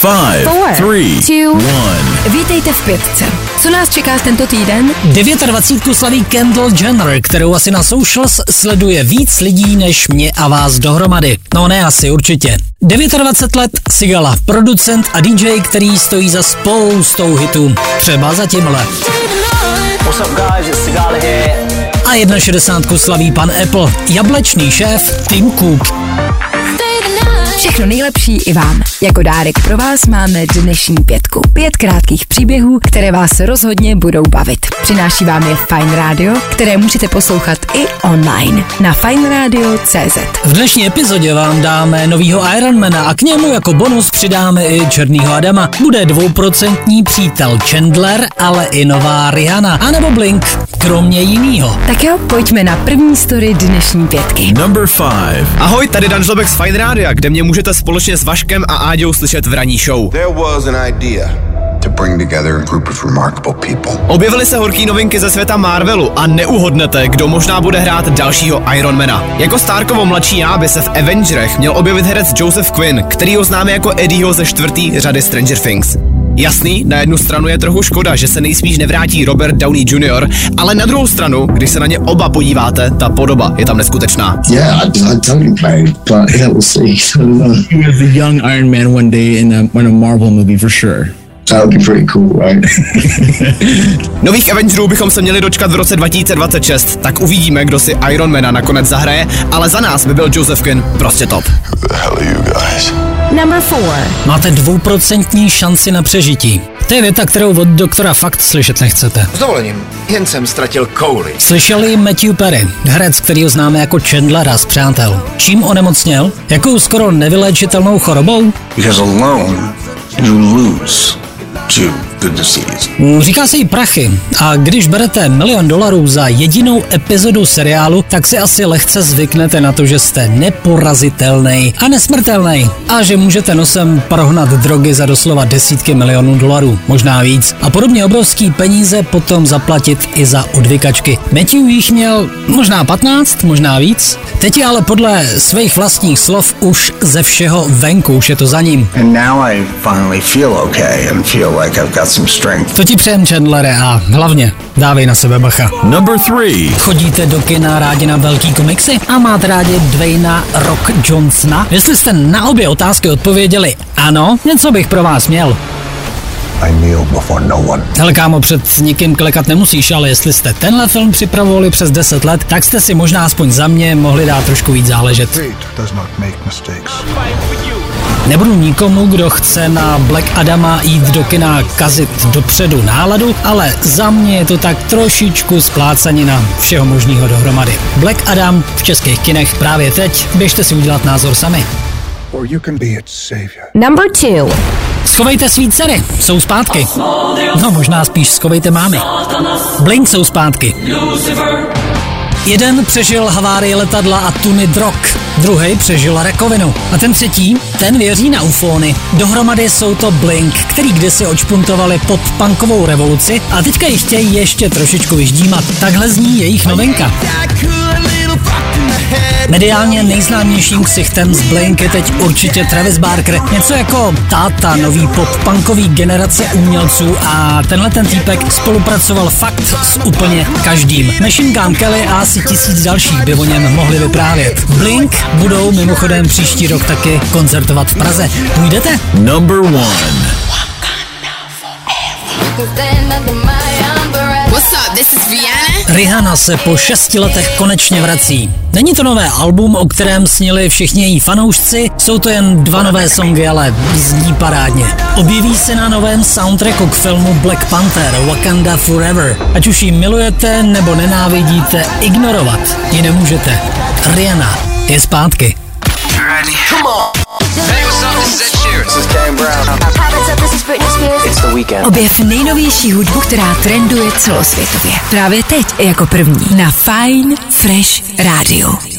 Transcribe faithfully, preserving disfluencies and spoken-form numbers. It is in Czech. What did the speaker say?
Five, Four, three, two, one. Vítejte v pětce. Co nás čeká tento týden? dvacítku slaví Kendall Jenner, kterou asi na socials sleduje víc lidí než mě a vás dohromady. No ne asi, určitě. dvacet devět let, Sigala, producent a dý džej, který stojí za spoustou hitů. Třeba za tímhle. What's up guys, it's Sigala here. A šedesátku slaví pan Apple, jablečný šéf Tim Cook. Všechno nejlepší i vám. Jako dárek pro vás máme dnešní pětku. Pět krátkých příběhů, které vás rozhodně budou bavit. Přináší vám je Fajn Radio, které můžete poslouchat i online na fajn radio tečka cé zet. V dnešní epizodě vám dáme novýho Ironmana a k němu jako bonus přidáme i černýho Adama. Bude dvouprocentní přítel Chandler, ale i nová Rihanna, anebo Blink, kromě jinýho. Tak jo, pojďme na první story dnešní pětky. Number five. Ahoj, tady Dan Žlobek z Fajn Rádia, kde mě můžete společně s Vaškem a Áďou slyšet v ranní show. There was an idea to bring together a group of remarkable people. Objevily se horký novinky ze světa Marvelu a neuhodnete, kdo možná bude hrát dalšího Ironmana. Jako Starkovo mladší já by se v Avengerech měl objevit herec Joseph Quinn, který ho známe jako Eddieho ze čtvrtý řady Stranger Things. Jasný, na jednu stranu je trochu škoda, že se nejspíš nevrátí Robert Downey junior, ale na druhou stranu, když se na ně oba podíváte, ta podoba je tam neskutečná. Yeah, I, I totally played, but yeah, we'll see. He was the young Iron Man one day in a, in a Marvel movie for sure. That would be pretty cool, right? Nových Avengerů bychom se měli dočkat v roce dva tisíce dvacet šest, tak uvidíme, kdo si Ironmana nakonec zahraje, ale za nás by byl Joseph Quinn prostě top. Who the hell are you guys? Number four. Máte dvouprocentní šanci na přežití. To je věta, kterou od doktora fakt slyšet nechcete. S dovolením, jen jsem ztratil kouli. Slyšeli Matthew Perry, herec, kterýho známe jako Chandlera z Přátel. Čím onemocněl? Jakou skoro nevyléčitelnou chorobou? Because alone you lose to the disease. Říká se jí prachy a když berete milion dolarů za jedinou epizodu seriálu, tak si asi lehce zvyknete na to, že jste neporazitelný a nesmrtelný a že můžete nosem prohnat drogy za doslova desítky milionů dolarů, možná víc. A podobně obrovský peníze potom zaplatit i za odvykačky. Matthew jich měl možná patnáct, možná víc. Teď je ale podle svých vlastních slov už ze všeho venku, už je to za ním. And now I finally feel okay and feel like I've got some strength. To ti přejem, Chandlere, a hlavně dávej na sebe bacha. Number three. Chodíte do kina rádi na velký komiksy a máte rádi Dwayna Rock Johnsona? Jestli jste na obě otázky odpověděli ano, něco bych pro vás měl. I kneel before no one. Hele kámo, před nikým klekat nemusíš, ale jestli jste tenhle film připravovali přes deset let, tak jste si možná aspoň za mě mohli dát trošku víc záležet. Nebudu nikomu, kdo chce na Black Adama jít do kina kazit dopředu náladu, ale za mě je to tak trošičku splácanina všeho možného dohromady. Black Adam v českých kinech právě teď, běžte si udělat názor sami. Or you can be its savior. Number two. Schovejte svý dcery, jsou zpátky. No možná spíš schovejte mámy. Blink jsou zpátky. Jeden přežil havárii letadla a tuny drog, druhý přežil rakovinu a ten třetí, ten věří na ufóny. Dohromady jsou to Blink, který kdysi odšpuntovali pop-punkovou revoluci a teďka ji chtějí ještě trošičku vyždímat. Takhle zní jejich novinka. Mediálně nejznámějším ksichtem z Blink je teď určitě Travis Barker, něco jako táta nový pop-punkový generace umělců a tenhle ten týpek spolupracoval fakt s úplně každým. Machine Gun Kelly a asi tisíc dalších by o něm mohli vyprávět. Blink budou mimochodem příští rok taky koncertovat v Praze. Půjdete? Number one. What's up, this is Rihanna. Rihanna se po šesti letech konečně vrací. Není to nové album, o kterém snili všichni její fanoušci, jsou to jen dva nové songy, ale zní parádně. Objeví se na novém soundtracku k filmu Black Panther Wakanda Forever. Ať už ji milujete nebo nenávidíte, ignorovat ji nemůžete. Rihanna je zpátky. Come on. Hey, what's up, this is Ed Sheeran. This is Kane Brown. It's The Weeknd. Objev nejnovější hudbu, která trenduje celosvětově. Právě teď jako první na Fajn Fresh Radio.